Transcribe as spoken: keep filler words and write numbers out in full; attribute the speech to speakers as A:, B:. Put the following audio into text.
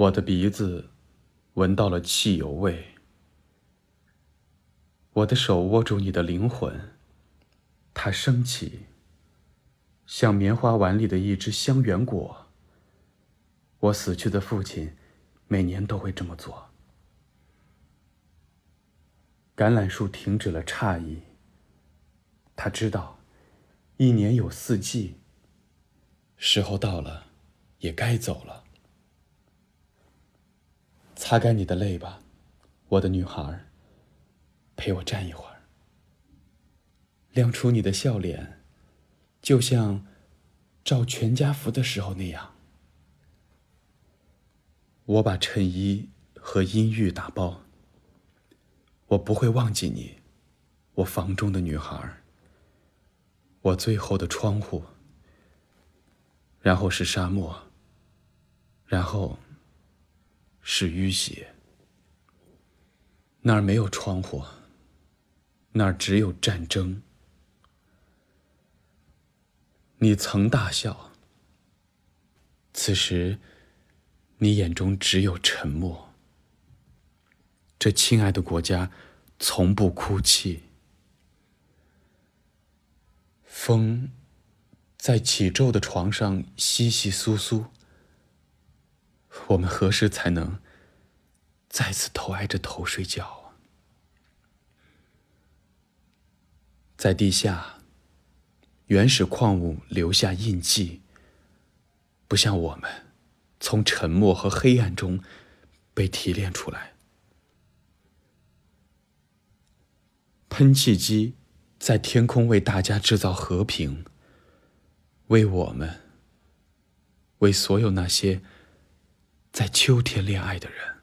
A: 我的鼻子闻到了汽油味，我的手握住你的灵魂，它升起，像棉花碗里的一只香橼果。我死去的父亲每年都会这么做。橄榄树停止了诧异，他知道一年有四季，时候到了，也该走了。擦干你的泪吧，我的女孩，陪我站一会儿。亮出你的笑脸，就像照全家福的时候那样。我把衬衣和阴郁打包。我不会忘记你，我房中的女孩。我最后的窗户，然后是沙漠，然后是淤血。那儿没有窗户，那儿只有战争。你曾大笑，此时你眼中只有沉默。这亲爱的国家从不哭泣。风在起皱的床上窸窸窣窣。我们何时才能再次头挨着头睡觉？在地下，原始矿物留下印记，不像我们从沉默和黑暗中被提炼出来。喷气机在天空为大家制造和平，为我们，为所有那些在秋天恋爱的人。